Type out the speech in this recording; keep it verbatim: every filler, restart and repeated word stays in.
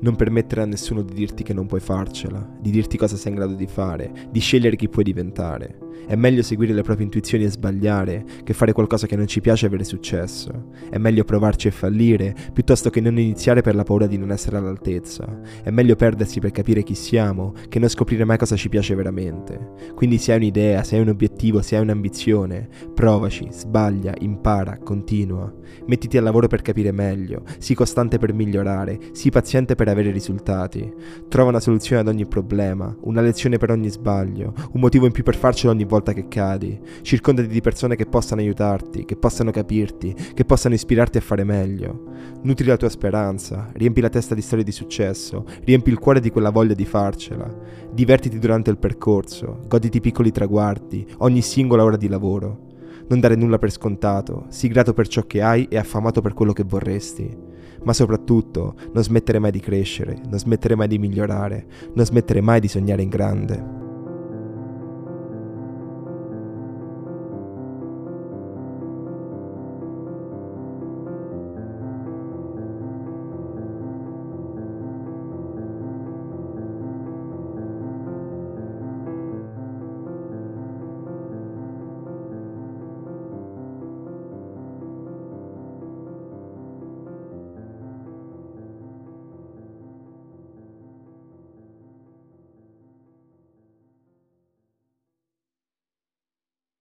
Non permettere a nessuno di dirti che non puoi farcela, di dirti cosa sei in grado di fare, di scegliere chi puoi diventare. È meglio seguire le proprie intuizioni e sbagliare che fare qualcosa che non ci piace e avere successo. È meglio provarci e fallire piuttosto che non iniziare per la paura di non essere all'altezza. È meglio perdersi per capire chi siamo che non scoprire mai cosa ci piace veramente. Quindi se hai un'idea, se hai un obiettivo, se hai un'ambizione, provaci, sbaglia, impara, continua. Mettiti al lavoro per capire meglio, sii costante per migliorare, sii paziente per avere risultati. Trova una soluzione ad ogni problema, una lezione per ogni sbaglio, un motivo in più per farcelo ogni volta che cadi. Circondati di persone che possano aiutarti, che possano capirti, che possano ispirarti a fare meglio. Nutri la tua speranza, riempi la testa di storie di successo, riempi il cuore di quella voglia di farcela. Divertiti durante il percorso, goditi i piccoli traguardi, ogni singola ora di lavoro. Non dare nulla per scontato, sii grato per ciò che hai e affamato per quello che vorresti. Ma soprattutto, non smettere mai di crescere, non smettere mai di migliorare, non smettere mai di sognare in grande.